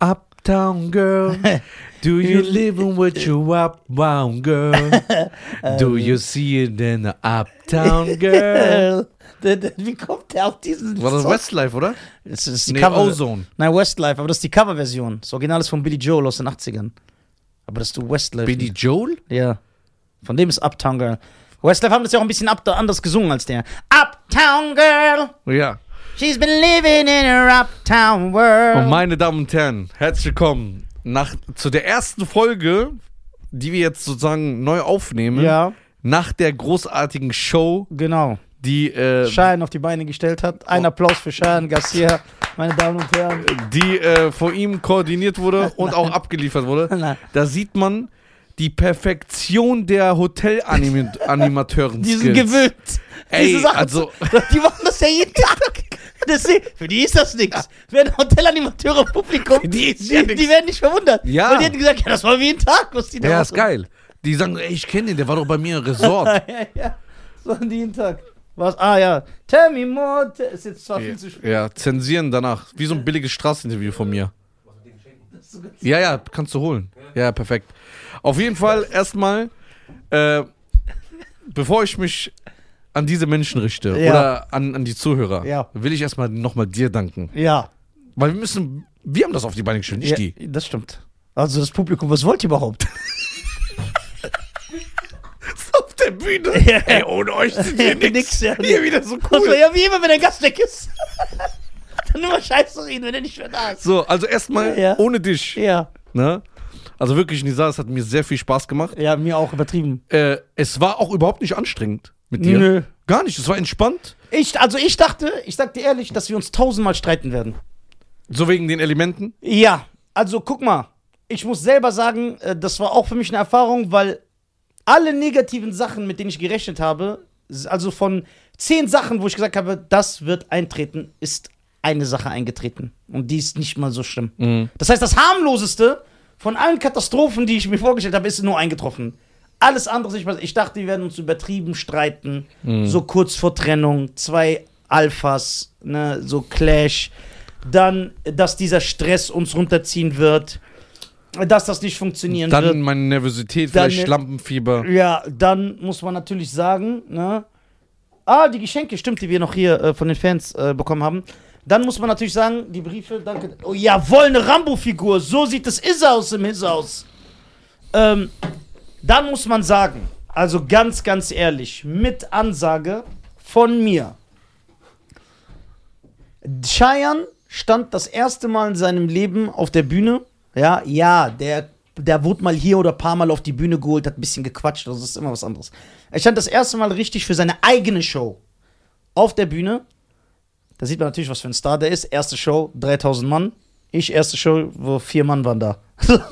Uptown Girl, do you live with your uptown girl? Do you see it in the Uptown Girl? Wie kommt der auf diesen War das Song? Westlife, oder? Das ist die Nee, Cover. Ozone. Nein, Westlife, aber das ist die Coverversion. Das Original ist von Billy Joel aus den 80ern. Aber das ist du Westlife. Billy Joel? Ja. Von dem ist Uptown Girl. Westlife haben das ja auch ein bisschen anders gesungen als der. Uptown Girl, Ja. she's been living in her uptown world. Und meine Damen und Herren, herzlich willkommen zu der ersten Folge, die wir jetzt sozusagen neu aufnehmen. Ja, Nach der großartigen Show, genau. die Cheyenne auf die Beine gestellt hat. Ein Applaus für Cheyenne Garcia, meine Damen und Herren. von ihm koordiniert wurde und auch abgeliefert wurde. Nein. Da sieht man die Perfektion der Hotelanimatoren. Die sind gewöhnt. Ey, Diese Sachen, also- die machen das ja jeden Tag. Für die ist das nichts. Wenn Hotelanimateure im Publikum, Die ist ja nix. die werden nicht verwundert. Ja. Weil die hätten gesagt, ja, das war wie ein Tag, was die da Der machen. ist geil. Die sagen, ey, ich kenne den, der war doch bei mir im Resort. ja. So an die jeden Tag. Was? Ah ja. Tell me more. Ist jetzt zwar viel zu spät. Ja, zensieren danach. Wie so ein billiges Straßeninterview von mir. Ja, kannst du holen. Ja, perfekt. Auf jeden Fall erstmal, bevor ich mich an diese Menschen richte Ja. oder an die Zuhörer, Ja. will ich erstmal nochmal dir danken. Ja. Weil wir haben das auf die Beine gestellt, nicht Ja, die. das stimmt. Also das Publikum, was wollt ihr überhaupt? Auf der Bühne. Ja. Ey, ohne euch sind wir nix. Nix, ja. Ihr wieder so Also, cool. ja, wie immer, wenn der Gast weg ist. Dann nur Scheiße reden, wenn er nicht mehr da ist. So, also erstmal Ja. ohne dich. Ja. Ne? Also wirklich, Nisa, es hat mir sehr viel Spaß gemacht. Ja, mir auch übertrieben. Es war auch überhaupt nicht anstrengend mit dir. Nö. Gar nicht, es war entspannt. Ich dachte, ich sag dir ehrlich, dass wir uns 1000-mal streiten werden. So wegen den Elementen. Ja, also guck mal, ich muss selber sagen, das war auch für mich eine Erfahrung, weil alle negativen Sachen, mit denen ich gerechnet habe, also von 10 Sachen, wo ich gesagt habe, das wird eintreten, ist eine Sache eingetreten. Und die ist nicht mal so schlimm. Mhm. Das heißt, das harmloseste von allen Katastrophen, die ich mir vorgestellt habe, ist nur eingetroffen. Alles andere, ich dachte, wir werden uns übertrieben streiten, so kurz vor Trennung, 2 Alphas, ne, so Clash, dann, dass dieser Stress uns runterziehen wird, dass das nicht funktionieren wird. Dann meine Nervosität, Dann vielleicht Lampenfieber. Ja, dann muss man natürlich sagen, ne, die Geschenke, stimmt, die wir noch hier von den Fans bekommen haben. Dann muss man natürlich sagen, die Briefe, danke. Oh jawohl, eine Rambo-Figur, so sieht das Issa aus im Hiss aus. Dann muss man sagen, also ganz, ganz ehrlich, mit Ansage von mir. Cheyenne stand das erste Mal in seinem Leben auf der Bühne. Ja, der wurde mal hier oder ein paar Mal auf die Bühne geholt, hat ein bisschen gequatscht, das ist immer was anderes. Er stand das erste Mal richtig für seine eigene Show auf der Bühne. Da sieht man natürlich, was für ein Star der ist. Erste Show, 3000 Mann. Erste Show, wo 4 Mann waren da.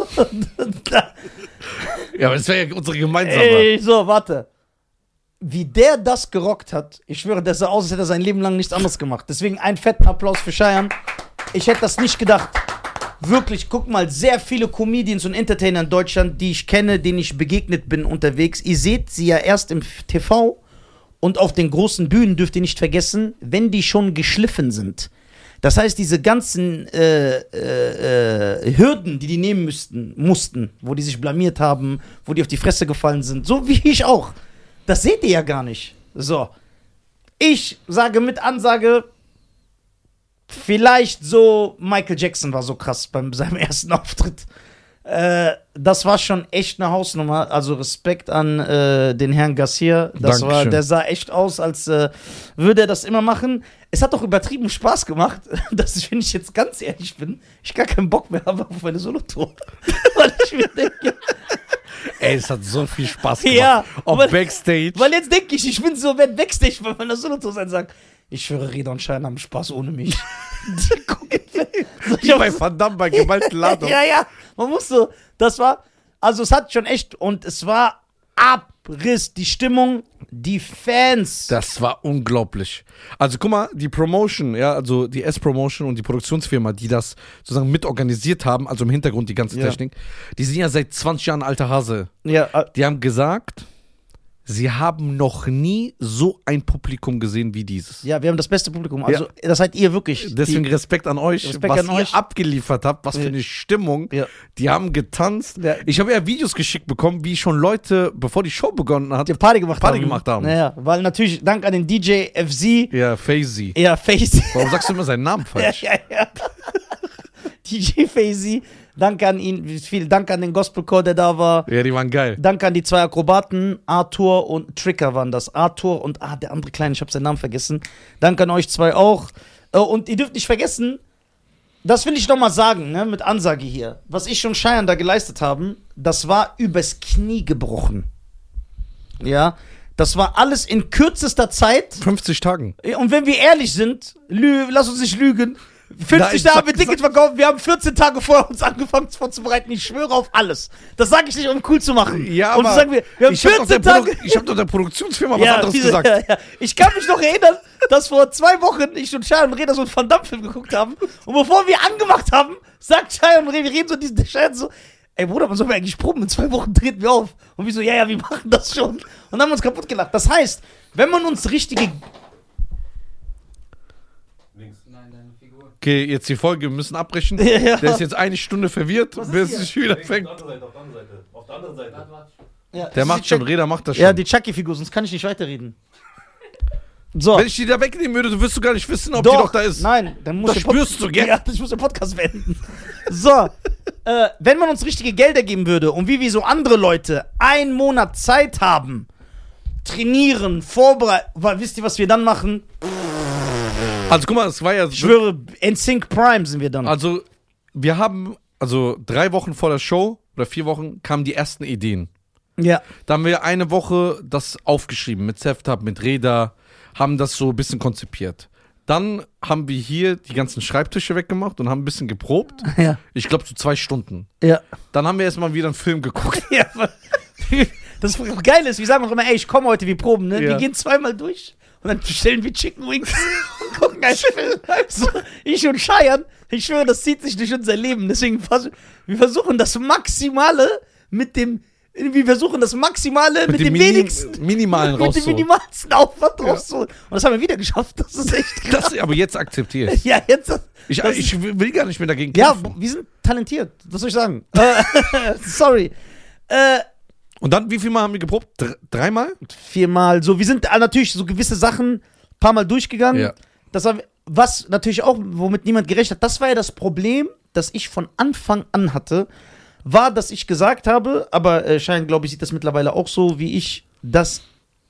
Ja, aber das wäre ja unsere gemeinsame. Ey, so, warte. Wie der das gerockt hat, ich schwöre, der sah aus, als hätte er sein Leben lang nichts anderes gemacht. Deswegen einen fetten Applaus für Cheyenne. Ich hätte das nicht gedacht. Wirklich, guck mal, sehr viele Comedians und Entertainer in Deutschland, die ich kenne, denen ich begegnet bin unterwegs. Ihr seht sie ja erst im TV und auf den großen Bühnen dürft ihr nicht vergessen, wenn die schon geschliffen sind. Das heißt, diese ganzen Hürden, die nehmen mussten, wo die sich blamiert haben, wo die auf die Fresse gefallen sind, so wie ich auch. Das seht ihr ja gar nicht. So. Ich sage mit Ansage, vielleicht so Michael Jackson war so krass bei seinem ersten Auftritt. Das war schon echt eine Hausnummer. Also Respekt an den Herrn Garcia. Dankeschön. Der sah echt aus, als würde er das immer machen. Es hat doch übertrieben Spaß gemacht, dass ich, wenn ich jetzt ganz ehrlich bin, ich gar keinen Bock mehr habe auf meine Solotour. Weil ich mir denke, Ey, es hat so viel Spaß gemacht. Ja, Ob weil- Backstage. weil jetzt denke ich bin so, wenn Backstage bei meiner Solotour sein sagt, ich schwöre, Reda und Schein haben Spaß ohne mich. Die gucken, so, ich Wie bei Van Damme bei geballten Ladung. ja, man muss so, das war, also es hat schon echt, und es war Abriss, die Stimmung, die Fans. Das war unglaublich. Also guck mal, die Promotion, ja, also die S-Promotion und die Produktionsfirma, die das sozusagen mitorganisiert haben, also im Hintergrund die ganze Ja. Technik, die sind ja seit 20 Jahren alter Hase. Ja, Die haben gesagt, sie haben noch nie so ein Publikum gesehen wie dieses. Ja, wir haben das beste Publikum. Also, das seid ihr wirklich. Deswegen Respekt an euch, Respekt was an ihr euch. abgeliefert habt, was für eine Stimmung. Ja. Die haben getanzt. Ja. Ich habe ja Videos geschickt bekommen, wie schon Leute, bevor die Show begonnen hat, Die Party gemacht haben. haben. Ja, weil natürlich, Dank an den DJ FZ. Ja, Fazy. Ja, Face. Warum sagst du immer seinen Namen falsch? ja. DJ Fazy. Danke an ihn. Vielen Dank an den Gospelchor, der da war. Ja, die waren geil. Danke an die zwei Akrobaten, Arthur und Tricker waren das. Arthur und der andere Kleine, ich habe seinen Namen vergessen. Danke an euch zwei auch. Und ihr dürft nicht vergessen, das will ich nochmal sagen, ne, mit Ansage hier. Was ich und Cheyenne da geleistet haben, das war übers Knie gebrochen. Ja, das war alles in kürzester Zeit. 50 Tagen. Und wenn wir ehrlich sind, lass uns nicht lügen. 50 Nein, Tage haben wir Tickets verkauft, wir haben 14 Tage vorher uns angefangen vorzubereiten. Ich schwöre auf alles. Das sage ich nicht, um cool zu machen. Ja, und aber sagen wir haben ich habe 14 Tage. Ich hab doch der Produktionsfirma was anderes gesagt. Ja. Ich kann mich noch erinnern, dass vor 2 Wochen ich und Cheyenne und Reda so einen Van Damme-Film geguckt haben. Und bevor wir angemacht haben, sagt Cheyenne und Reda, wir reden so diesen Cheyenne so, ey Bruder, wann sollen wir eigentlich proben? In 2 Wochen treten wir auf. Und wir so, ja, wir machen das schon. Und dann haben wir uns kaputt gelacht. Das heißt, wenn man uns richtige... Okay, jetzt die Folge, wir müssen abbrechen. Ja. Der ist jetzt 1 Stunde verwirrt, bis es wieder fängt. Auf der anderen Seite. Ja, Der macht schon, Reda macht das schon. Ja, die Chucky-Figur, sonst kann ich nicht weiterreden. So. Wenn ich die da wegnehmen würde, du wirst du gar nicht wissen, ob Doch, die noch da ist. Nein, dann muss Das spürst du, gell? Ja, ich muss den Podcast beenden. So, wenn man uns richtige Gelder geben würde und wie so andere Leute 1 Monat Zeit haben, trainieren, vorbereiten, wisst ihr, was wir dann machen? Also guck mal, es war ja... Ich schwöre, NSYNC Prime sind wir dann. Also, wir haben, 3 Wochen vor der Show oder 4 Wochen kamen die ersten Ideen. Ja. Da haben wir eine Woche das aufgeschrieben mit Seftab, mit Reda, haben das so ein bisschen konzipiert. Dann haben wir hier die ganzen Schreibtische weggemacht und haben ein bisschen geprobt. Ja. Ich glaube so 2 Stunden. Ja. Dann haben wir erstmal wieder einen Film geguckt. Ja, das geil ist, wir sagen auch immer, ey, ich komme heute, wir proben, ne? Ja. Wir gehen 2-mal durch und dann bestellen wir Chicken Wings und gucken einen Film. So, ich und Cheyenne, ich schwöre, das zieht sich durch unser Leben. Deswegen wir versuchen das Maximale mit dem wenigsten, Minimalen mit dem rauszuholen. minimalsten Aufwand rauszuholen. Und das haben wir wieder geschafft. Das ist echt krass. Aber jetzt akzeptiere ich. Ja, jetzt. Ich will gar nicht mehr dagegen Ja, kämpfen. wir sind talentiert. Was soll ich sagen? Sorry. Und dann, wie viel Mal haben wir geprobt? 3 Mal? 4-mal. So, wir sind natürlich so gewisse Sachen ein paar Mal durchgegangen. Ja. Das war, was natürlich auch, womit niemand gerechnet hat, das war ja das Problem, das ich von Anfang an hatte, war, dass ich gesagt habe, aber Cheyenne, glaube ich, sieht das mittlerweile auch so wie ich, dass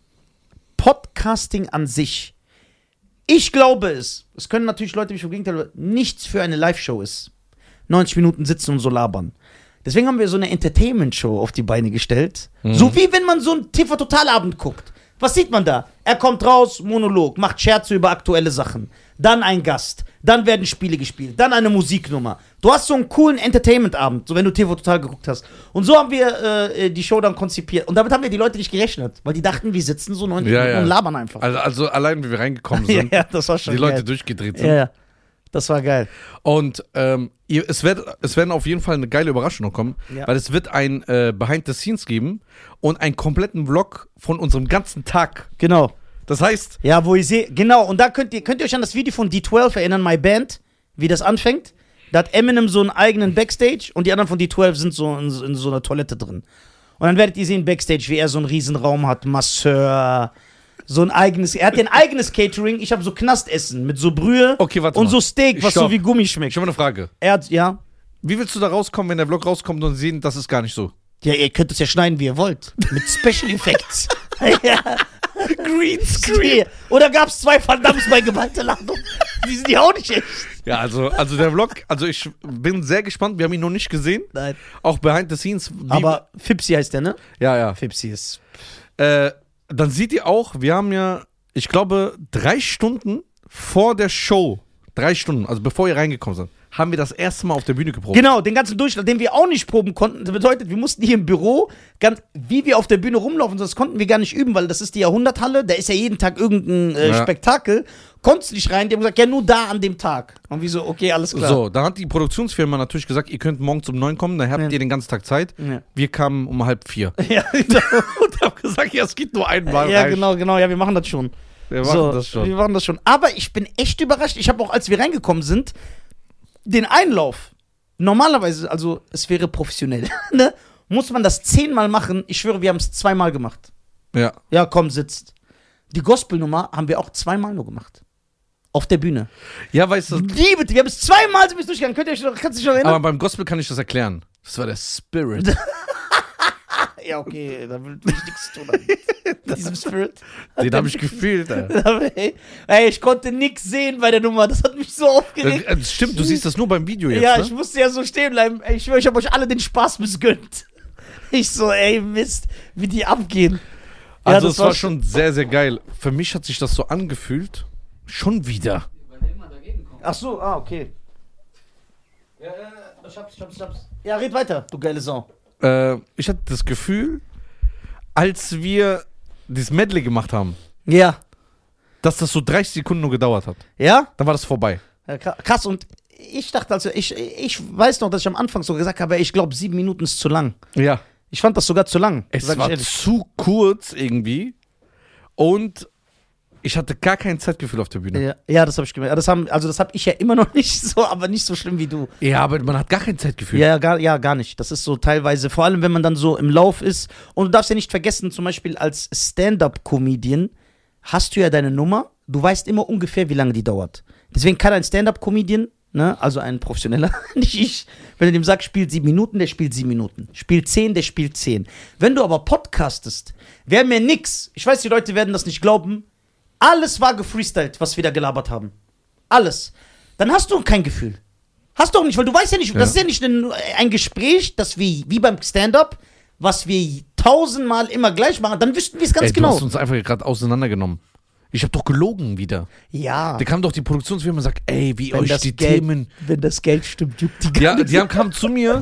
Podcasting an sich, ich glaube es können natürlich Leute mich vom Gegenteil, nichts für eine Live-Show ist. 90 Minuten sitzen und so labern. Deswegen haben wir so eine Entertainment-Show auf die Beine gestellt. So wie wenn man so einen TV-Totalabend guckt. Was sieht man da? Er kommt raus, Monolog, macht Scherze über aktuelle Sachen. Dann ein Gast. Dann werden Spiele gespielt. Dann eine Musiknummer. Du hast so einen coolen Entertainment-Abend, so wenn du TV Total geguckt hast. Und so haben wir die Show dann konzipiert. Und damit haben wir die Leute nicht gerechnet, weil die dachten, wir sitzen so 90 Minuten und labern einfach. Also allein, wie wir reingekommen sind, ja, das war schon die geil. Leute durchgedreht sind. Ja, das war geil. Und es werden auf jeden Fall eine geile Überraschung noch kommen, weil es wird ein Behind the Scenes geben und einen kompletten Vlog von unserem ganzen Tag. Genau. Das heißt, Ja, wo ihr seht, genau, und da könnt ihr euch an das Video von D12 erinnern, My Band, wie das anfängt. Da hat Eminem so einen eigenen Backstage und die anderen von D12 sind so in so einer Toilette drin. Und dann werdet ihr sehen Backstage, wie er so einen Riesenraum hat, Masseur, so ein eigenes, er hat ja ein eigenes Catering, ich habe so Knastessen mit so Brühe okay, warte und mal. so Steak, was Stopp. so wie Gummi schmeckt. Ich habe eine Frage. Er hat, ja, Wie willst du da rauskommen, wenn der Vlog rauskommt und sehen, das ist gar nicht so? ja, ihr könnt es ja schneiden, wie ihr wollt, mit Special Effects. Ja. Greenscreen. Oder gab es 2 Van Dammes bei geballter Landung? Die sind ja auch nicht echt. Ja, also der Vlog, also ich bin sehr gespannt, wir haben ihn noch nicht gesehen. Nein. Auch Behind the Scenes. Aber Fipsi heißt der, ne? Ja. Fipsi ist. Dann seht ihr auch, wir haben ja, ich glaube, 3 Stunden vor der Show, 3 Stunden, also bevor ihr reingekommen seid, haben wir das erste Mal auf der Bühne geprobt. Genau, den ganzen Durchlauf, den wir auch nicht proben konnten. Das bedeutet, wir mussten hier im Büro, wie wir auf der Bühne rumlaufen, das konnten wir gar nicht üben, weil das ist die Jahrhunderthalle, da ist ja jeden Tag irgendein Spektakel. Konntest nicht rein, die haben gesagt, ja, nur da an dem Tag. Und wir so, okay, alles klar. So, da hat die Produktionsfirma natürlich gesagt, ihr könnt morgens um 9 kommen, dann habt ihr den ganzen Tag Zeit. Ja. Wir kamen um 3:30. Ja, genau. Und haben gesagt, ja, es geht nur einmal. Ja, rein. genau, ja, wir machen das schon. Wir machen das schon. Wir machen das schon. Aber ich bin echt überrascht. Ich habe auch, als wir reingekommen sind, den Einlauf, normalerweise, also es wäre professionell, ne? Muss man das 10-mal machen. Ich schwöre, wir haben es 2-mal gemacht. Ja. Ja, komm, sitzt. Die Gospelnummer haben wir auch 2-mal nur gemacht. Auf der Bühne. Ja, weißt du, Liebe, wir haben es 2-mal durchgegangen. Kannst du dich noch erinnern? aber beim Gospel kann ich das erklären. Das war der Spirit. Ja, okay, da will ich nichts tun. Mit diesem Spirit. Den habe ich gefühlt, Alter. Ey, ich konnte nichts sehen bei der Nummer. Das hat mich so aufgeregt. Stimmt, du siehst das nur beim Video jetzt, Ja, ne? ich musste ja so stehen bleiben. Ey, ich schwöre, ich habe euch alle den Spaß missgönnt. Ich so, ey, Mist, wie die abgehen. Also ja, es war schon sehr, sehr geil. Für mich hat sich das so angefühlt. Schon wieder. Weil der immer dagegen kommt. Ach so, okay. Ja, ich hab's. Ja, red weiter, du geile Sau. Ich hatte das Gefühl, als wir dieses Medley gemacht haben, Ja. dass das so 30 Sekunden nur gedauert hat. Ja? Dann war das vorbei. Ja, krass, und ich dachte, also, ich weiß noch, dass ich am Anfang so gesagt habe, ich glaube, 7 Minuten ist zu lang. Ja. Ich fand das sogar zu lang. Es sag ich war ehrlich. zu kurz irgendwie. Und ich hatte gar kein Zeitgefühl auf der Bühne. Ja, das habe ich gemerkt. Das habe ich ja immer noch nicht so, aber nicht so schlimm wie du. Ja, aber man hat gar kein Zeitgefühl. Ja, gar nicht. Das ist so teilweise, vor allem wenn man dann so im Lauf ist. Und du darfst ja nicht vergessen, zum Beispiel als Stand-Up-Comedian hast du ja deine Nummer, du weißt immer ungefähr, wie lange die dauert. Deswegen kann ein Stand-Up-Comedian, ne, also ein Professioneller, nicht ich, wenn du dem sagst, spielt 7 Minuten, der spielt 7 Minuten. Spielt 10, der spielt 10. Wenn du aber podcastest, wäre mir nix, ich weiß, die Leute werden das nicht glauben, alles war gefreestylt, was wir da gelabert haben. Alles. Dann hast du kein Gefühl. Hast du auch nicht, weil du weißt ja nicht, das ist ja nicht ein Gespräch, das wir, wie beim Stand-Up, was wir 1000-mal immer gleich machen, dann wüssten wir es ganz Ey, genau. Du hast uns einfach gerade auseinandergenommen. Ich habe doch gelogen wieder. Ja. Da kam doch die Produktionsfirma und sagt, ey, wie Wenn euch das die Geld, Themen... Wenn das Geld stimmt, juckt die Ja, gar die kamen zu mir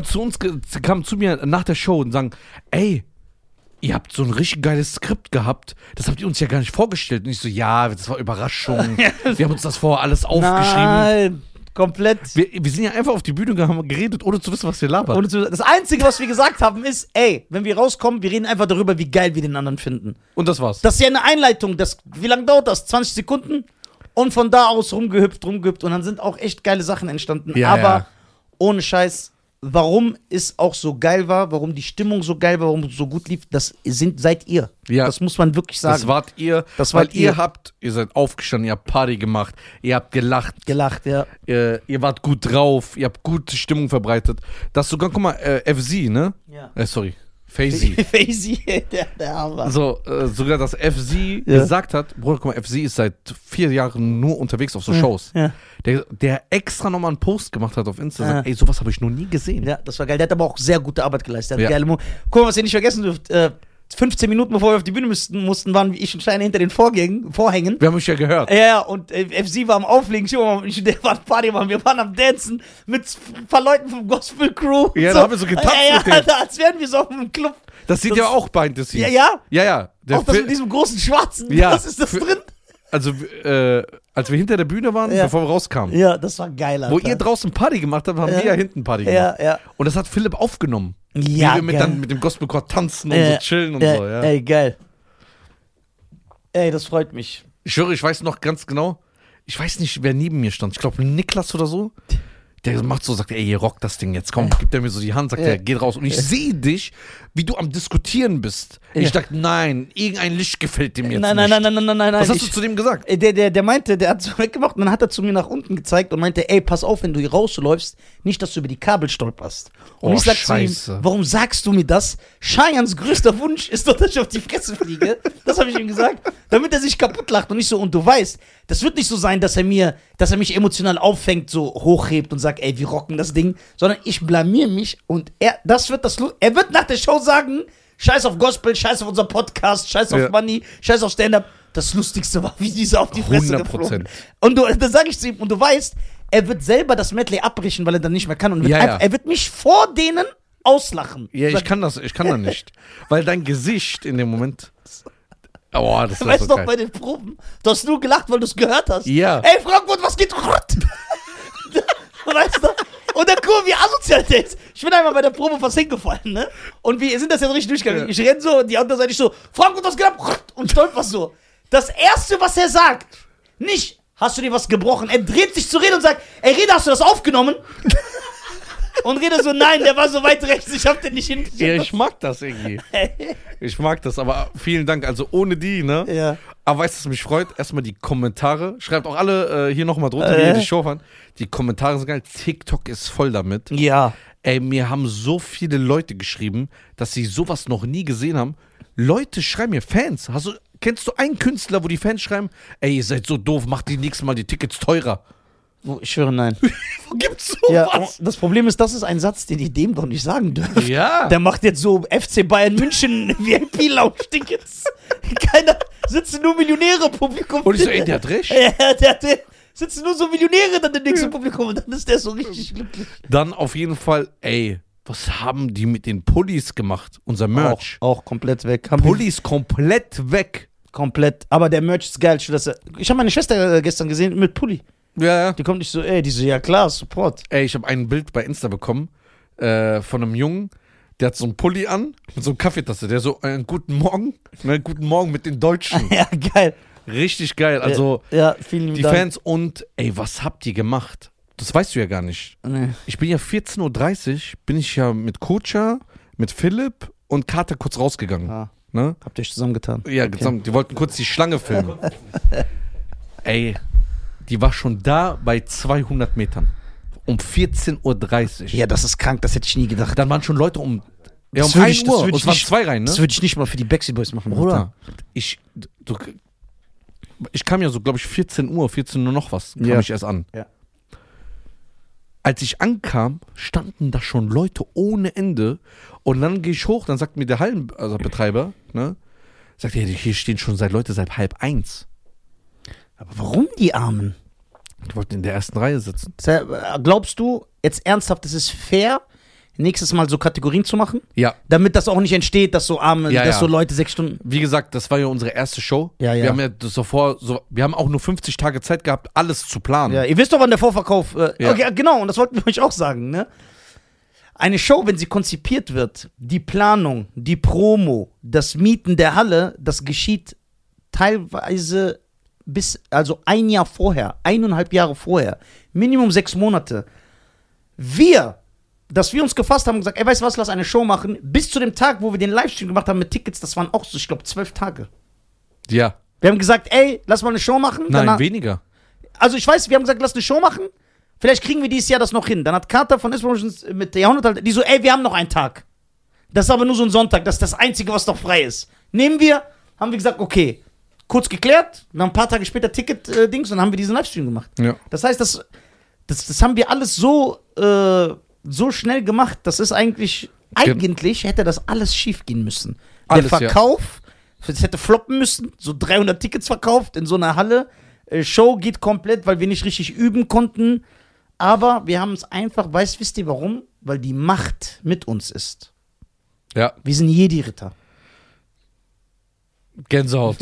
nach der Show und sagen, ey, ihr habt so ein richtig geiles Skript gehabt, das habt ihr uns ja gar nicht vorgestellt. Und ich so, ja, das war Überraschung. Wir haben uns das vorher alles aufgeschrieben. Nein, komplett. Wir sind ja einfach auf die Bühne gegangen, haben geredet, ohne zu wissen, was wir labern. Das Einzige, was wir gesagt haben, ist, ey, wenn wir rauskommen, wir reden einfach darüber, wie geil wir den anderen finden. Und das war's. Das ist ja eine Einleitung. Wie lange dauert das? 20 Sekunden? Und von da aus rumgehüpft. Und dann sind auch echt geile Sachen entstanden. Ja, aber ja. ohne Scheiß, warum es auch so geil war, warum die Stimmung so geil war, warum es so gut lief, seid ihr. Ja. Das muss man wirklich sagen. Das wart ihr. Das weil wart ihr. Ihr seid aufgestanden, ihr habt Party gemacht, ihr habt gelacht. Gelacht, ja. Ihr wart gut drauf, ihr habt gute Stimmung verbreitet. Das sogar, guck mal, FZ, ne? Ja. Sorry, Fazy. Fazy, der Hammer. So, sogar das FZ gesagt hat, Bruder, guck mal, FZ ist seit 4 Jahren nur unterwegs auf so Shows. Ja. Der extra nochmal einen Post gemacht hat auf Insta, sagt, ey, sowas habe ich noch nie gesehen. Ja, das war geil. Der hat aber auch sehr gute Arbeit geleistet. Der hat Ja. geile Guck mal, was ihr nicht vergessen dürft. 15 Minuten bevor wir auf die Bühne mussten, waren ich und Steine hinter den Vorhängen. Wir haben mich ja gehört. Ja, und FC war am Auflegen. Der war Party machen. Wir waren am Dancen mit ein paar Leuten vom Gospel Crew. Ja, da haben wir so getanzt mit denen. Alter, als wären wir so auf einem Club. Das sieht ja auch behind the scenes. Ja. Ja, ja. Auch das mit diesem großen Schwarzen. Ja. Was ist das drin? Also, als wir hinter der Bühne waren, Ja. bevor wir rauskamen, Ja, das war geil, Alter. wo ihr draußen Party gemacht habt, haben wir ja hinten Party gemacht. Ja. Und das hat Philipp aufgenommen. Ja, wie wir geil. mit dem Gospelchor tanzen und so chillen und so, ja. Ey, geil. Ey, das freut mich. Ich schwöre, ich weiß noch ganz genau, ich weiß nicht, wer neben mir stand. Ich glaube, Niklas oder so. Der macht so, sagt, ey, ihr rockt das Ding jetzt, komm, gibt er mir so die Hand, sagt er, geht raus. Und ich sehe dich, wie du am Diskutieren bist. Ich dachte, nein, irgendein Licht gefällt dem jetzt nicht. Nein. Was hast du zu dem gesagt? Der meinte, der hat so weggemacht und dann hat er zu mir nach unten gezeigt und meinte, ey, pass auf, wenn du hier rausläufst, nicht, dass du über die Kabel stolperst. Und Oh, ich sag Scheiße. zu ihm, warum sagst du mir das? Cheyans größter Wunsch ist doch, dass ich auf die Fresse fliege. Das habe ich ihm gesagt, damit er sich kaputt lacht und nicht so, und du weißt, das wird nicht so sein, dass er mich emotional auffängt, so hochhebt und sagt, ey, wir rocken das Ding, sondern ich blamier mich und er wird nach der Show sagen, scheiß auf Gospel, scheiß auf unser Podcast, scheiß auf Money, scheiß auf Stand-Up. Das Lustigste war, wie diese auf die Fresse 100%. geflogen. Und da sage ich zu ihm, und du weißt, er wird selber das Medley abbrechen, weil er dann nicht mehr kann. Und wird Ja, ja. er wird mich vor denen auslachen. Ja, ich Sag, kann das nicht. Weil dein Gesicht in dem Moment. Oh, das war weißt so du noch geil. bei den Proben? Du hast nur gelacht, weil du es gehört hast. Ja. Ey, Frankfurt, was geht? Weißt du? Und dann guck mal, wie asozial der ist. Ich bin einmal bei der Probe fast hingefallen, ne? Und wir sind das jetzt richtig durchgegangen. Ja. Ich renn so und die andere Seite so, Frankfurt, was geht ab? Und stolper so. Das Erste, was er sagt, nicht, hast du dir was gebrochen? Er dreht sich zu Rede und sagt, ey, Rede, hast du das aufgenommen? Und Rede so, nein, der war so weit rechts, ich hab den nicht hingeschickt. Ja, ich mag das irgendwie. Ich mag das, aber vielen Dank. Also ohne die, ne? Ja. Aber weißt du, was mich freut? Erstmal die Kommentare. Schreibt auch alle hier nochmal drunter, wie ihr die Show fand. Die Kommentare sind geil. TikTok ist voll damit. Ja. Ey, mir haben so viele Leute geschrieben, dass sie sowas noch nie gesehen haben. Leute schreiben mir, Fans. Kennst du einen Künstler, wo die Fans schreiben, ey, ihr seid so doof, macht die nächstes Mal die Tickets teurer? Ich schwöre, nein. Wo gibt's Ja, sowas? das Problem ist, das ist ein Satz, den ich dem doch nicht sagen dürfte. Ja. Der macht jetzt so FC Bayern München VIP-Lounge-Tickets. Keiner, sitzen nur Millionäre im Publikum. Und ich so, ey, der hat recht. Ja, der sitzen nur so Millionäre dann im nächsten Publikum und dann ist der so richtig glücklich. Dann auf jeden Fall, ey, was haben die mit den Pullis gemacht? Unser Merch. Auch komplett weg. Haben Pullis komplett weg. komplett. Aber der Merch ist geil. Ich habe meine Schwester gestern gesehen mit Pulli. Ja, ja. Die kommt nicht so, ey, die so, ja klar, Support. Ey, ich habe ein Bild bei Insta bekommen von einem Jungen, der hat so einen Pulli an mit so einer Kaffeetasse. Der so, guten Morgen mit den Deutschen. Ja, geil. Richtig geil. Also, ja, vielen die Dank. Fans und, ey, was habt ihr gemacht? Das weißt du ja gar nicht. Nee. Ich bin ja 14:30 Uhr, bin ich ja mit Kocha, mit Philipp und Kater kurz rausgegangen. Ah, Ne? habt ihr euch zusammengetan? Ja, zusammen. Die wollten kurz die Schlange filmen. Ey, die war schon da bei 200 Metern. Um 14:30 Uhr. Ja, das ist krank, das hätte ich nie gedacht. Dann waren schon Leute um Das 1 Uhr. würd Und es waren 2 Reihen, ne? Das würde ich nicht mal für die Backstreet Boys machen. Bruder, ich kam ja so, glaube ich, 14 Uhr noch was, kam Ja. ich erst an. Ja. Als ich ankam, standen da schon Leute ohne Ende. Und dann gehe ich hoch, dann sagt mir der Hallenbetreiber, ne? Sagt er, hier stehen schon Leute seit 12:30. Aber warum die Armen? Die wollten in der ersten Reihe sitzen. Glaubst du, jetzt ernsthaft, es ist fair, nächstes Mal so Kategorien zu machen? Ja. Damit das auch nicht entsteht, dass so Arme, Ja, dass ja. so Leute 6 Stunden. Wie gesagt, das war ja unsere erste Show. Ja, ja. Wir haben ja das wir haben auch nur 50 Tage Zeit gehabt, alles zu planen. Ja, ihr wisst doch, wann der Vorverkauf. Ja. Okay, genau, und das wollten wir euch auch sagen, ne? Eine Show, wenn sie konzipiert wird, die Planung, die Promo, das Mieten der Halle, das geschieht teilweise also 1 Jahr vorher, 1,5 Jahre vorher, Minimum 6 Monate. Dass wir uns gefasst haben und gesagt, ey, weißt du was, lass eine Show machen, bis zu dem Tag, wo wir den Livestream gemacht haben mit Tickets, das waren auch so, ich glaube, 12 Tage. Ja. Wir haben gesagt, ey, lass mal eine Show machen. Nein, Danach, weniger. also ich weiß, wir haben gesagt, lass eine Show machen. Vielleicht kriegen wir dieses Jahr das noch hin. Dann hat Carter von S-Promotions mit der Jahrhundert, die so, ey, wir haben noch einen Tag. Das ist aber nur so ein Sonntag, das ist das Einzige, was noch frei ist. Nehmen wir, haben wir gesagt, okay, kurz geklärt, dann ein paar Tage später Ticket-Dings und dann haben wir diesen Livestream gemacht. Ja. Das heißt, das haben wir alles so schnell gemacht, das ist eigentlich hätte das alles schief gehen müssen. Alles, der Verkauf, das hätte floppen müssen, so 300 Tickets verkauft in so einer Halle. Show geht komplett, weil wir nicht richtig üben konnten. Aber wir haben es einfach, wisst ihr warum? Weil die Macht mit uns ist. Ja. Wir sind Jedi-Ritter. Gänsehaut.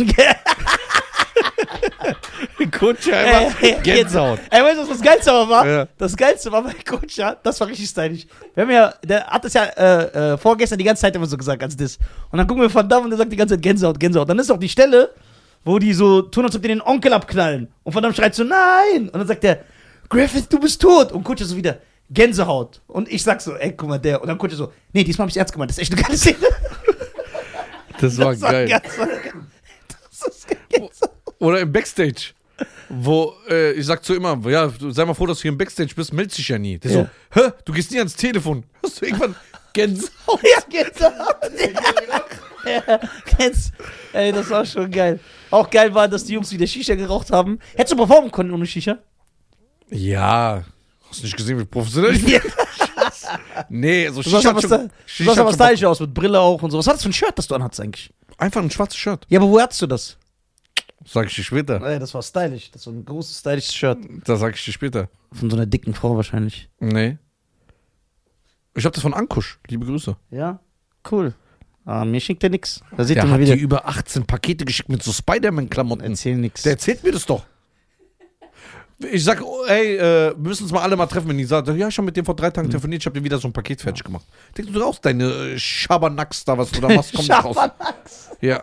Kutscher einfach Gänsehaut. Ey, weißt du, was das Geilste aber war? Ja. Das Geilste war bei Kutscher, das war richtig stylisch. Der hat das ja vorgestern die ganze Zeit immer so gesagt als das. Und dann gucken wir Van Damme und der sagt die ganze Zeit Gänsehaut, Gänsehaut. Dann ist auch die Stelle, wo die so tun, als ob die den Onkel abknallen. Und Van Damme schreit so, nein! Und dann sagt der, Griffith, du bist tot! Und Kutscher so wieder, Gänsehaut. Und ich sag so, ey, guck mal, der. Und dann Kutscher so, nee, diesmal hab ich's ernst gemeint, das ist echt eine geile Szene. Das war geil. Das ist geil. Oder im Backstage. Wo ich sag so immer, ja, sei mal froh, dass du hier im Backstage bist, meldest dich ja nie. Der so, hä, du gehst nie ans Telefon. Hast du irgendwann Gänsehaut? Ja, Gänsehaut. Ja, ey, das war schon geil. Auch geil war, dass die Jungs wieder Shisha geraucht haben. Hättest du performen können ohne Shisha? Ja. Hast du nicht gesehen, wie professionell ich bin? Ja. Nee, so Du sahst aber stylisch aus, mit Brille auch und so. Was war das für ein Shirt, das du anhattest eigentlich? Einfach ein schwarzes Shirt. Ja, aber wo hattest du das? Sag ich dir später. Ey, das war stylisch. Das war ein großes, stylisches Shirt. Das sag ich dir später. Von so einer dicken Frau wahrscheinlich. Nee. Ich hab das von Ankusch. Liebe Grüße. Ja? Cool. Ah, mir schickt er nix. Da seht Der ihr mal hat wieder. dir über 18 Pakete geschickt mit so Spider-Man-Klamotten. Erzähl nix. Der erzählt mir das doch. Ich sag, ey, wir müssen uns mal alle mal treffen, wenn die sagt, ja, ich habe mit dem vor 3 Tagen telefoniert, ich habe dir wieder so ein Paket fertig gemacht. Denkst du raus, deine Schabernacks da, was du da machst, kommt nicht raus. Ja.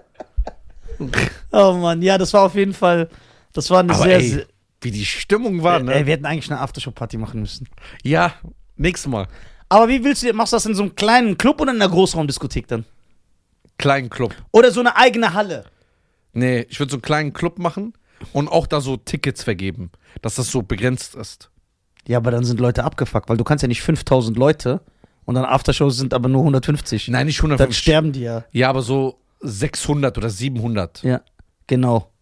Oh Mann, ja, das war auf jeden Fall, das war eine Aber sehr, ey, sehr wie die Stimmung war, ne? ey, wir hätten eigentlich eine Aftershow-Party machen müssen. Ja, nächstes Mal. Aber wie willst du, machst du das in so einem kleinen Club oder in einer Großraumdiskothek dann? Kleinen Club. Oder so eine eigene Halle? Nee, ich würde so einen kleinen Club machen und auch da so Tickets vergeben, dass das so begrenzt ist. Ja, aber dann sind Leute abgefuckt, weil du kannst ja nicht 5000 Leute und dann Aftershows sind aber nur 150. Nein, nicht Dann 150. sterben die ja. Ja, aber so 600 oder 700. Ja, genau.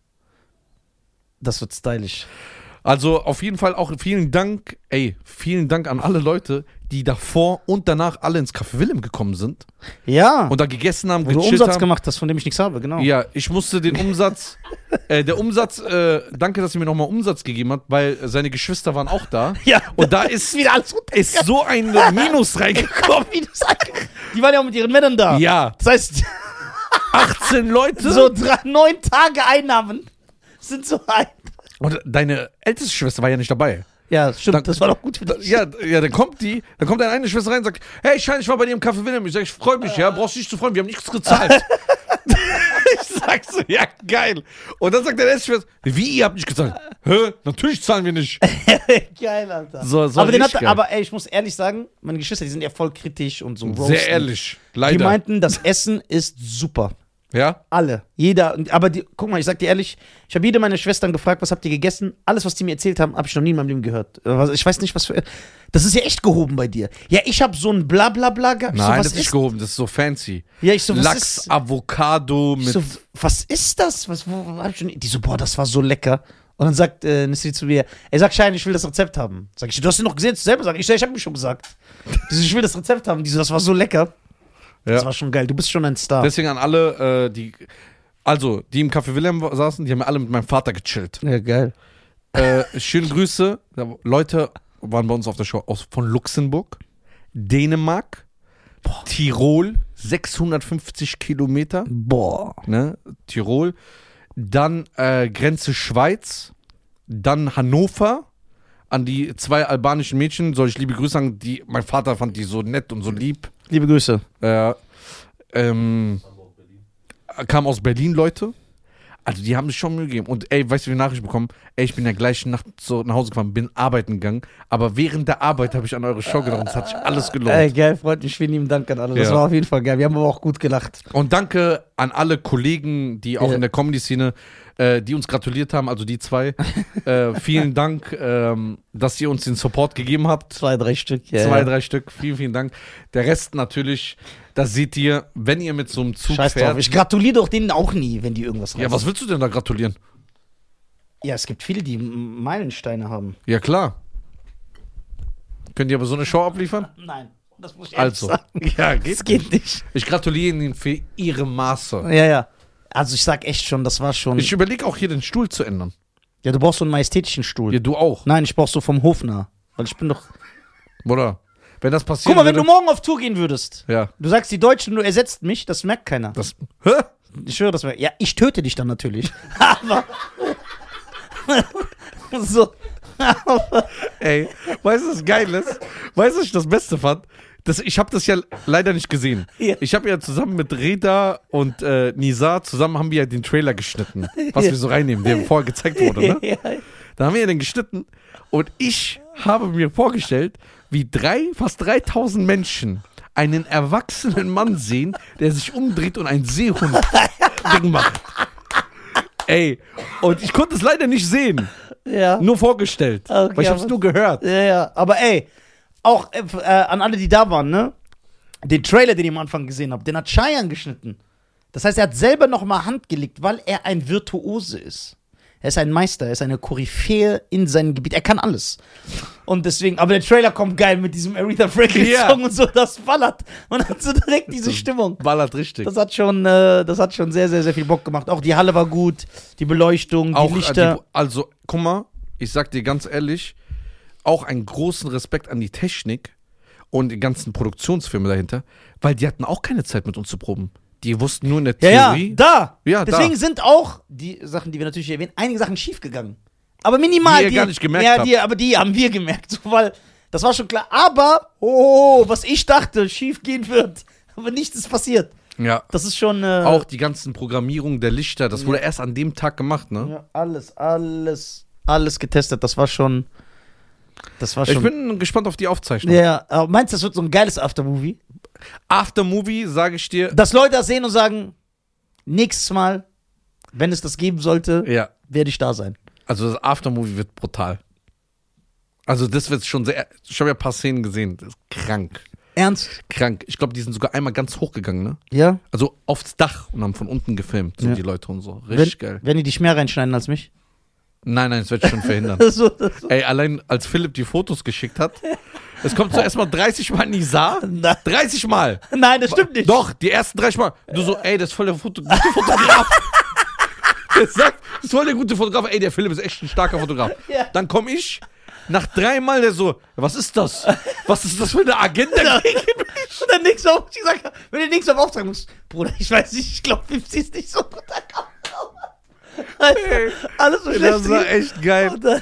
Das wird stylisch. Also auf jeden Fall auch vielen Dank an alle Leute, die davor und danach alle ins Café Willem gekommen sind Ja, und da gegessen haben, wo du gechillt Umsatz haben. gemacht hast, von dem ich nichts habe, genau. Ja, ich musste den Umsatz, danke, dass ihr mir nochmal Umsatz gegeben habt, weil seine Geschwister waren auch da. Ja, Und da ist wieder alles runter. ist so ein Minus reingekommen. Die waren ja auch mit ihren Männern da. Ja, Das heißt, 18 Leute. so 9 Tage Einnahmen sind so ein. Und deine älteste Schwester war ja nicht dabei. Ja, stimmt, Dann- das war doch gut für dich. Ja, dann kommt deine eine Schwester rein und sagt, hey, Schein, ich war bei dir im Café Willem. Ich sag, ich freue mich, ja, brauchst dich nicht zu freuen, wir haben nichts gezahlt. Ich sag so, ja, geil. Und dann sagt deine älteste Schwester, wie, ihr habt nicht gezahlt? Hä? Natürlich zahlen wir nicht. Geil, Alter. So aber, richtig geil. ey, ich muss ehrlich sagen, meine Geschwister, die sind ja voll kritisch und so roasten. Sehr ehrlich, Die leider. meinten, das Essen ist super. Ja? Alle. Jeder. Aber guck mal, ich sag dir ehrlich, ich habe jede meiner Schwestern gefragt, was habt ihr gegessen? Alles, was die mir erzählt haben, habe ich noch nie in meinem Leben gehört. Ich weiß nicht, was für. Das ist ja echt gehoben bei dir. Ja, ich habe so ein Blablabla gehabt. Ich Nein, so, was das ist nicht gehoben, das ist so fancy. Ja, ich so, was Lachs, ist. Avocado mit. So, was ist das? Wo hab ich schon. Die so, boah, das war so lecker. Und dann sagt Nessie zu mir, ey, sag Schein, ich will das Rezept haben. Sag ich, du hast ihn noch gesehen, du selber sagen. Ich hab mich schon gesagt. Die so, ich will das Rezept haben. Die so, das war so lecker. Das Ja. war schon geil. Du bist schon ein Star. Deswegen an alle, die im Café Willem saßen, die haben ja alle mit meinem Vater gechillt. Ja, geil. Schöne Grüße. Leute waren bei uns auf der Show von Luxemburg, Dänemark, Tirol, 650 Kilometer, Boah. ne? Tirol, dann Grenze Schweiz, dann Hannover, an die 2 albanischen Mädchen, soll ich liebe Grüße sagen, mein Vater fand die so nett und so lieb. Liebe Grüße. Kam aus Berlin, Leute. Also die haben sich schon Mühe gegeben. Und ey, weißt du, wie Nachricht bekommen? Ey, ich bin in der gleichen Nacht so nach Hause gefahren, bin arbeiten gegangen. Aber während der Arbeit habe ich an eure Show gedacht und es hat sich alles gelohnt. Ey, geil, freut mich. Vielen lieben Dank an alle. Das Ja. war auf jeden Fall geil. Wir haben aber auch gut gelacht. Und danke an alle Kollegen, die auch Ja. in der Comedy-Szene, die uns gratuliert haben, also die 2. Vielen Dank, dass ihr uns den Support gegeben habt. 2, 3 Stück. Ja, 2, ja. 3 Stück. Vielen, vielen Dank. Der Rest natürlich, das seht ihr, wenn ihr mit so einem Zug Scheiß fährt. drauf. Ich gratuliere doch denen auch nie, wenn die irgendwas reißen. Ja, was willst du denn da gratulieren? Ja, es gibt viele, die Meilensteine haben. Ja, klar. Könnt ihr aber so eine Show abliefern? Nein, das muss ich ehrlich Also. sagen. Ja, Das geht nicht. Ich gratuliere Ihnen für Ihre Maße. Ja, ja. Also ich sag echt schon, das war schon. Ich überlege auch hier den Stuhl zu ändern. Ja, du brauchst so einen majestätischen Stuhl. Ja, du auch. Nein, ich brauch so vom Hofner. Weil ich bin doch. Oder? Wenn das passiert. Guck mal, wenn du morgen auf Tour gehen würdest, Ja. du sagst die Deutschen, du ersetzt mich, das merkt keiner. Das. Hä? Ich schwöre, das merkt. Ja, ich töte dich dann natürlich. Aber. so. Ey, weißt du, was geil ist? Weißt du, was ich das Beste fand? Ich habe das ja leider nicht gesehen. Ja. Ich habe ja zusammen mit Reda und Nizar zusammen haben wir ja den Trailer geschnitten, was Ja. wir so reinnehmen, der vorher gezeigt wurde, ne? Ja. Da haben wir ja den geschnitten und ich habe mir vorgestellt, wie fast 3000 Menschen einen erwachsenen Mann sehen, der sich umdreht und einen Seehund Ding macht. Ey, und ich konnte es leider nicht sehen, Ja. nur vorgestellt, Okay, weil ich habe es aber- nur gehört. Ja, ja. Aber ey, auch an alle, die da waren, ne? Den Trailer, den ich am Anfang gesehen habe, den hat Cheyenne geschnitten. Das heißt, er hat selber nochmal Hand gelegt, weil er ein Virtuose ist. Er ist ein Meister, er ist eine Koryphäe in seinem Gebiet. Er kann alles. Und deswegen, aber der Trailer kommt geil mit diesem Aretha Franklin-Song und so, das ballert. Man hat so direkt diese Stimmung. Ballert richtig. Das hat schon sehr, sehr, sehr viel Bock gemacht. Auch die Halle war gut, die Beleuchtung, die Lichter. Also, guck mal, ich sag dir ganz ehrlich, auch einen großen Respekt an die Technik und die ganzen Produktionsfirmen dahinter, weil die hatten auch keine Zeit mit uns zu proben. Die wussten nur in der Theorie. Ja, deswegen sind auch die Sachen, die wir natürlich erwähnen, einige Sachen schiefgegangen. Aber minimal. Die ihr gar nicht gemerkt habt. Aber die haben wir gemerkt, so, weil das war schon klar. Aber, was ich dachte, schief gehen wird, aber nichts ist passiert. Ja. Das ist schon. Auch die ganzen Programmierungen der Lichter, das wurde erst an dem Tag gemacht, ne? Ja, alles getestet. Das war schon. Ich bin gespannt auf die Aufzeichnung. Ja, aber meinst du, das wird so ein geiles Aftermovie? Aftermovie, sage ich dir. Dass Leute das sehen und sagen, nächstes Mal, wenn es das geben sollte, werde ich da sein. Also das Aftermovie wird brutal. Also das wird schon sehr. Ich habe ja ein paar Szenen gesehen. Das ist krank. Ernst? Krank. Ich glaube, die sind sogar einmal ganz hochgegangen, ne? Ja. Also aufs Dach und haben von unten gefilmt, so die Leute und so. Richtig geil. Werden die dich mehr reinschneiden als mich? Nein, das werde ich schon verhindern. Ey, allein als Philipp die Fotos geschickt hat, es kommt zuerst mal 30 Mal Nizar. 30 Mal. Nein, das stimmt nicht. Doch, die ersten 30 Mal. Du so, ey, das ist voll der gute Fotograf. Der sagt, das ist voll der gute Fotograf. Ey, der Philipp ist echt ein starker Fotograf. Ja. Dann komme ich, nach 3 Mal, der so, was ist das? Was ist das für eine Agenda gegen mich? Und dann nix auf, ich sag, wenn du nichts auf Auftrag musst, Bruder, ich weiß nicht, ich glaube, 50 ist nicht so gut. Ey, alles so schlecht. Das war echt geil. Dann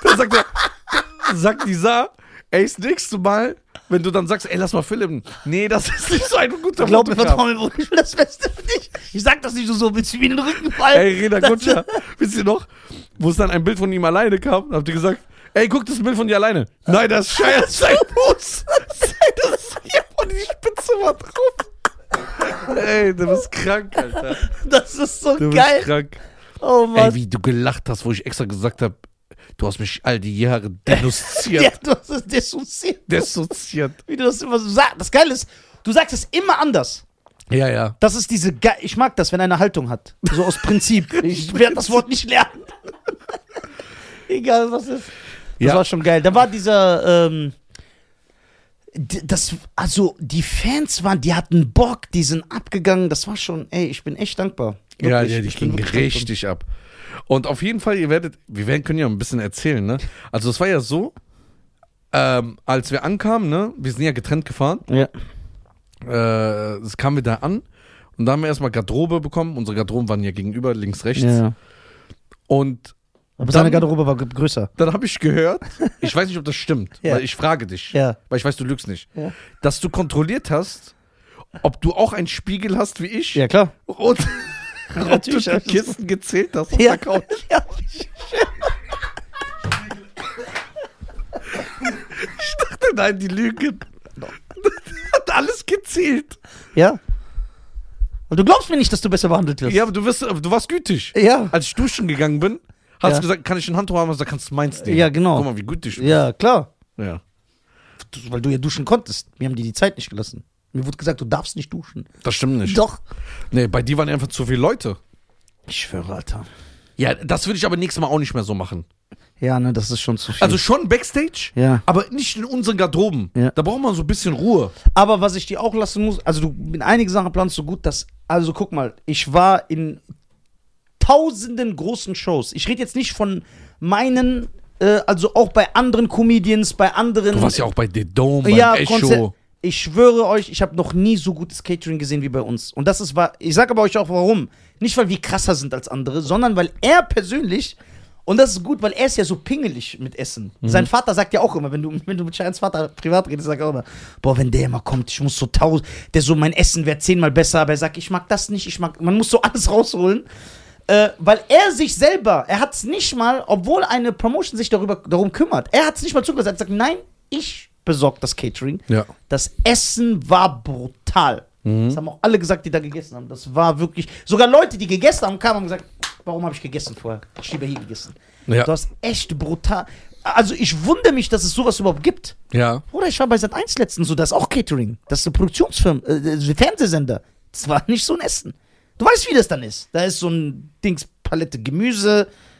sagt Nizar, ey, das nächste Mal, wenn du dann sagst, ey, lass mal filmen. Nee, das ist nicht so ein guter Glaub mir, vertrau mir, Bruder, ich will das Beste für dich. Ich sag das nicht so, willst du mir in den Rücken fallen? Ey, Reda Gutscher, wisst ihr noch, wo es dann ein Bild von ihm alleine kam, habt ihr gesagt, ey, guck, das ist ein Bild von dir alleine. Nein, das scheiert sein Fuß. Das ist hier von die Spitze war drauf. Ey, du bist krank, Alter. Das ist so Du geil. bist krank. Oh Mann. Ey, wie du gelacht hast, wo ich extra gesagt habe, du hast mich all die Jahre denunziert. Ja, du hast es dissoziiert. Dissoziiert. Wie du das immer so sagst. Das Geile ist, du sagst es immer anders. Ja, ja. Das ist diese ich mag das, wenn er eine Haltung hat. So aus Prinzip. Ich werde das Wort nicht lernen. Egal, was ist. Das war schon geil. Da war dieser, also die Fans die hatten Bock, die sind abgegangen. Das war schon, ey, ich bin echt dankbar. Wirklich. Ja, die ging richtig ab. Und auf jeden Fall, können ja ein bisschen erzählen, ne? Also es war ja so, als wir ankamen, ne, wir sind ja getrennt gefahren. Ja. Es kamen wir da an und da haben wir erstmal Garderobe bekommen. Unsere Garderoben waren ja gegenüber, links, rechts. Ja. Und aber seine Garderobe war größer. Dann habe ich gehört, ich weiß nicht, ob das stimmt, weil ich frage dich, weil ich weiß, du lügst nicht, dass du kontrolliert hast, ob du auch einen Spiegel hast wie ich. Ja, klar. Und ob du die Kisten gezählt hast auf der Couch. Ja. Ich dachte, nein, die lügen. Hat alles gezählt. Ja. Und du glaubst mir nicht, dass du besser behandelt wirst. Ja, aber du warst gütig. Ja. Als ich duschen gegangen bin, hast du gesagt, kann ich ein Handtuch haben? Da kannst du meins nehmen. Ja, genau. Guck mal, wie gütig du bist. Ja, klar. Ja. Weil du ja duschen konntest. Mir haben die Zeit nicht gelassen. Mir wurde gesagt, du darfst nicht duschen. Das stimmt nicht. Doch. Nee, bei dir waren einfach zu viele Leute. Ich schwöre, Alter. Ja, das würde ich aber nächstes Mal auch nicht mehr so machen. Ja, ne, das ist schon zu viel. Also schon Backstage, aber nicht in unseren Garderoben. Ja. Da braucht man so ein bisschen Ruhe. Aber was ich dir auch lassen muss, also du in einige Sachen planst du gut, also guck mal, ich war in tausenden großen Shows. Ich rede jetzt nicht von meinen, also auch bei anderen Comedians, bei anderen. Du warst ja auch bei The Dome, beim Echo. Ich schwöre euch, ich habe noch nie so gutes Catering gesehen wie bei uns. Und das ist, ich sage aber euch auch warum. Nicht, weil wir krasser sind als andere, sondern weil er persönlich, und das ist gut, weil er ist ja so pingelig mit Essen. Sein Vater sagt ja auch immer, wenn du mit Cheyens Vater privat redest, sagt er auch immer, boah, wenn der immer kommt, ich muss so mein Essen wäre 10-mal besser, aber er sagt, ich mag das nicht, man muss so alles rausholen. Weil er sich selber, er hat es nicht mal, obwohl eine Promotion sich darum kümmert, er hat es nicht mal zugelassen, er hat gesagt, nein, ich besorgt das Catering. Ja. Das Essen war brutal. Das haben auch alle gesagt, die da gegessen haben. Das war wirklich, sogar Leute, die gegessen haben, kamen und gesagt, warum habe ich gegessen vorher? Ich lieber hier gegessen. Ja. Du hast echt brutal, also ich wundere mich, dass es sowas überhaupt gibt. Ja. Oder ich war bei Sat.1 letztens so, das ist auch Catering. Das ist eine Produktionsfirma, Fernsehsender. Das war nicht so ein Essen. Du weißt, wie das dann ist. Da ist so ein Dings, Palette Gemüse,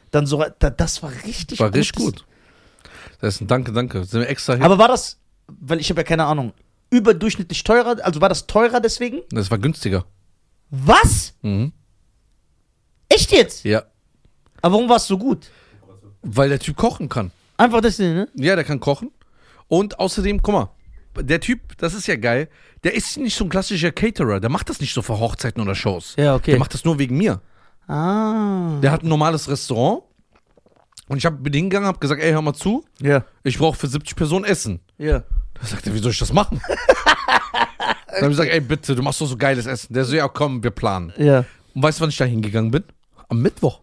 Dann so, das war richtig War richtig gutes- gut. Das ist ein Danke. Sind wir extra hin. Aber war das, weil ich habe ja keine Ahnung, überdurchschnittlich teurer? Also war das teurer deswegen? Das war günstiger. Was? Mhm. Echt jetzt? Ja. Aber warum war es so gut? Weil der Typ kochen kann. Einfach deswegen, ne? Ja, der kann kochen. Und außerdem, guck mal, der Typ, das ist ja geil, der ist nicht so ein klassischer Caterer. Der macht das nicht so für Hochzeiten oder Shows. Ja, okay. Der macht das nur wegen mir. Ah. Der hat ein normales Restaurant. Und ich habe mit ihm hingegangen, habe gesagt, ey, hör mal zu, Ja. ich brauche für 70 Personen Essen. Ja. Da sagt er, wie soll ich das machen? Dann habe ich gesagt, ey, bitte, du machst doch so geiles Essen. Der so, ja, komm, wir planen. Ja. Und weißt du, wann ich da hingegangen bin? Am Mittwoch.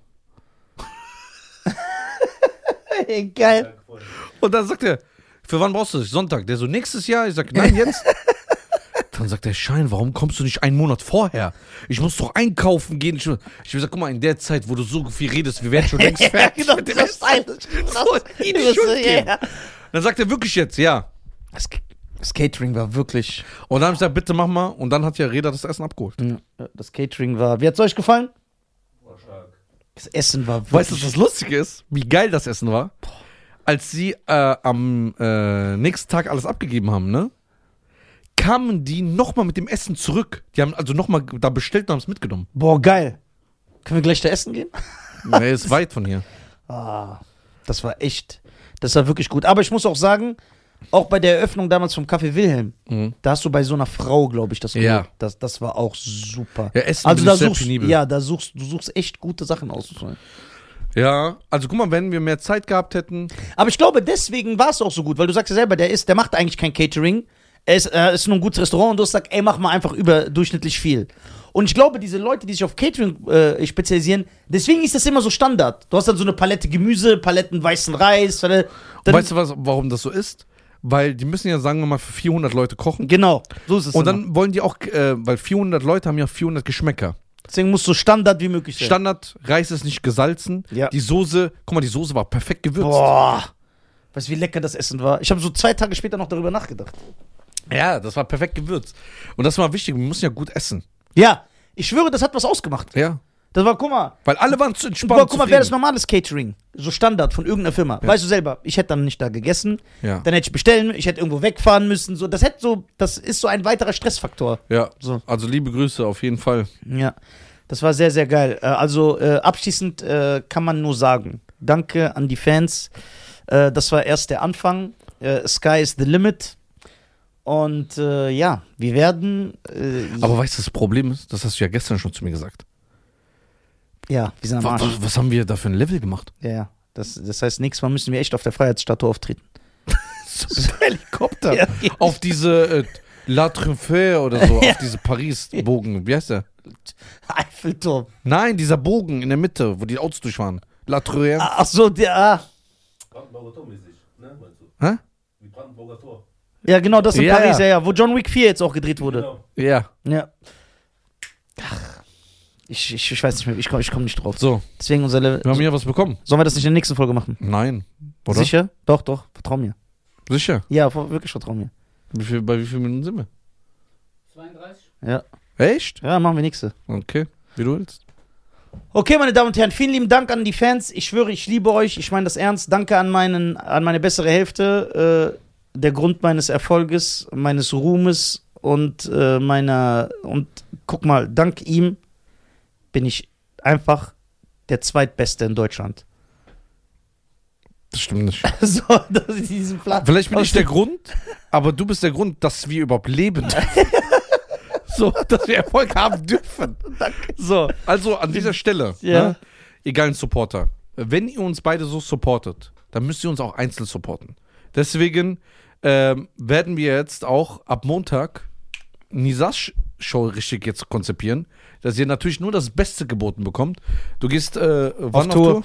Geil. Und dann sagt er, für wann brauchst du das? Sonntag. Der so, nächstes Jahr? Ich sag, nein, jetzt. Dann sagt der Schein, warum kommst du nicht einen Monat vorher? Ich muss doch einkaufen gehen. Ich gesagt, guck mal, in der Zeit, wo du so viel redest, wir werden schon längst fertig. genau, mit dem das Essen. so, in die Schuld geben. ja. Dann sagt er wirklich jetzt, ja. Das Catering war wirklich. Und dann habe ich gesagt, bitte mach mal. Und dann hat ja Reda das Essen abgeholt. Das Catering war. Wie hat's euch gefallen? War stark. Das Essen war wirklich. Weißt du, was das Lustige ist? Wie geil das Essen war? Als sie am nächsten Tag alles abgegeben haben, ne? Kamen die nochmal mit dem Essen zurück. Die haben also nochmal da bestellt und haben es mitgenommen. Boah, geil. Können wir gleich da essen gehen? Nee, ist weit von hier. Ah, das war echt. Das war wirklich gut. Aber ich muss auch sagen, auch bei der Eröffnung damals vom Café Wilhelm, da hast du bei so einer Frau, glaube ich, das Ja. geholt. Das war auch super. Ja, Essen Also bin da ich sehr suchst, penibel. ja, du suchst echt gute Sachen aus. Ja, also guck mal, wenn wir mehr Zeit gehabt hätten. Aber ich glaube, deswegen war es auch so gut, weil du sagst ja selber, der macht eigentlich kein Catering. Er ist nur ein gutes Restaurant und du hast gesagt, ey, mach mal einfach überdurchschnittlich viel. Und ich glaube, diese Leute, die sich auf Catering spezialisieren, deswegen ist das immer so Standard. Du hast dann so eine Palette Gemüse, Paletten weißen Reis. Dann, Weißt du, warum das so ist? Weil die müssen ja, sagen wir mal, für 400 Leute kochen. genau, so ist es. Und immer. dann wollen die auch, weil 400 Leute haben ja 400 Geschmäcker. Deswegen muss so Standard wie möglich sein. Standard, Reis ist nicht gesalzen. Ja. Die Soße, guck mal, die Soße war perfekt gewürzt. Boah. Weißt du, wie lecker das Essen war? Ich habe so 2 Tage später noch darüber nachgedacht. Ja, das war perfekt gewürzt. Und das war wichtig, wir müssen ja gut essen. Ja, ich schwöre, das hat was ausgemacht. Ja. Das war, guck mal, Weil alle waren zu entspannt. guck mal, wäre das normales Catering, so Standard von irgendeiner Firma. Ja. Weißt du selber, ich hätte dann nicht da gegessen, Ja. dann hätte ich bestellen, ich hätte irgendwo wegfahren müssen. So, das ist so ein weiterer Stressfaktor. Ja. So. Also liebe Grüße auf jeden Fall. Ja, das war sehr, sehr geil. Also abschließend kann man nur sagen, danke an die Fans. Das war erst der Anfang. Sky is the limit. Und ja, wir werden. Aber weißt du, das Problem ist, das hast du ja gestern schon zu mir gesagt. Ja, wir sind am Arsch. Was haben wir da für ein Level gemacht? Ja, ja. Das heißt, nächstes Mal müssen wir echt auf der Freiheitsstatue auftreten. So ein Helikopter. Ja. Auf diese La Triomphe oder so, auf diese Paris-Bogen. Wie heißt der? Eiffelturm. Nein, dieser Bogen in der Mitte, wo die Autos durchfahren. La Triomphe. Ach so, Brandenburger Tor mäßig, ne, meinst du? Hä? Wie Brandenburger Tor. ja, genau, das in Ja, Paris, ja. ja, wo John Wick 4 jetzt auch gedreht wurde. Genau. Ja. Ja. Ach, ich weiß nicht mehr, ich komm nicht drauf. So, Deswegen unser Level. wir haben hier was bekommen. Sollen wir das nicht in der nächsten Folge machen? Nein. Oder? Sicher? Doch, vertrau mir. Sicher. Ja, wirklich vertrau mir. Bei wie vielen Minuten sind wir? 32? Ja. Echt? Ja, machen wir nächste. Okay, wie du willst. Okay, meine Damen und Herren, vielen lieben Dank an die Fans. Ich schwöre, ich liebe euch. Ich meine das ernst. Danke an meine bessere Hälfte. Der Grund meines Erfolges, meines Ruhmes und und guck mal, dank ihm bin ich einfach der Zweitbeste in Deutschland. Das stimmt nicht. So, das ist diesen Platz. Vielleicht bin ich der Grund, aber du bist der Grund, dass wir überhaupt leben. So, dass wir Erfolg haben dürfen. Danke. So, also an dieser Stelle, Ja. ne, ihr geilen Supporter, wenn ihr uns beide so supportet, dann müsst ihr uns auch einzeln supporten. Deswegen werden wir jetzt auch ab Montag Nisas Show richtig jetzt konzipieren, dass ihr natürlich nur das Beste geboten bekommt. Du gehst wann auf Tour?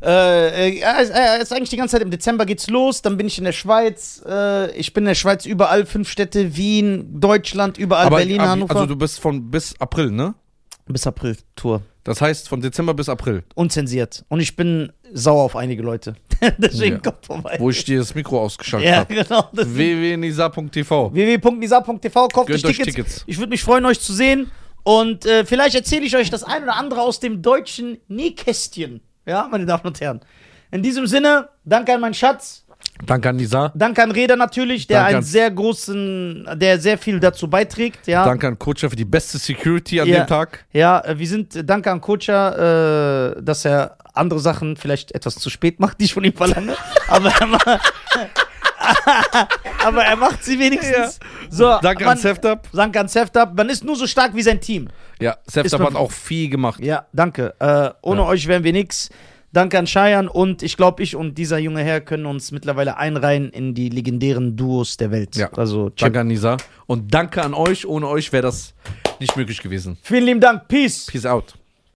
Ist eigentlich die ganze Zeit im Dezember geht's los, dann bin ich in der Schweiz. Ich bin in der Schweiz überall, 5 Städte, Wien, Deutschland, überall, Berlin, Hannover. Also du bist bis April, ne? Bis April Tour. Das heißt von Dezember bis April, Unzensiert. Und ich bin sauer auf einige Leute. Deswegen Ja. kommt vorbei. wo ich dir das Mikro ausgeschaltet ja, habe. genau. www.nisa.tv. www.nisa.tv, kauft Gönnt euch euch Tickets. Tickets. Ich würde mich freuen, euch zu sehen. Und vielleicht erzähle ich euch das ein oder andere aus dem deutschen Nähkästchen. Ja, meine Damen und Herren. In diesem Sinne, danke an meinen Schatz. Danke an Nisa. Danke an Reda natürlich, der Danke einen sehr großen, der sehr viel dazu beiträgt. Ja. Danke an Kocha für die beste Security an Ja. dem Tag. Ja, wir sind, danke an Kocha, dass er andere Sachen vielleicht etwas zu spät macht, die ich von ihm verlange. aber er macht sie wenigstens. So, Danke an Seftab. Danke an Seftab. Man ist nur so stark wie sein Team. Ja, Seftab Ist hat auch viel gemacht. Ja, danke. Ohne euch wären wir nix. Danke an Cheyenne und ich glaube, ich und dieser junge Herr können uns mittlerweile einreihen in die legendären Duos der Welt. Ja. Also, Chip. Danke an Nisa. Und danke an euch. Ohne euch wäre das nicht möglich gewesen. Vielen lieben Dank. Peace. Peace out.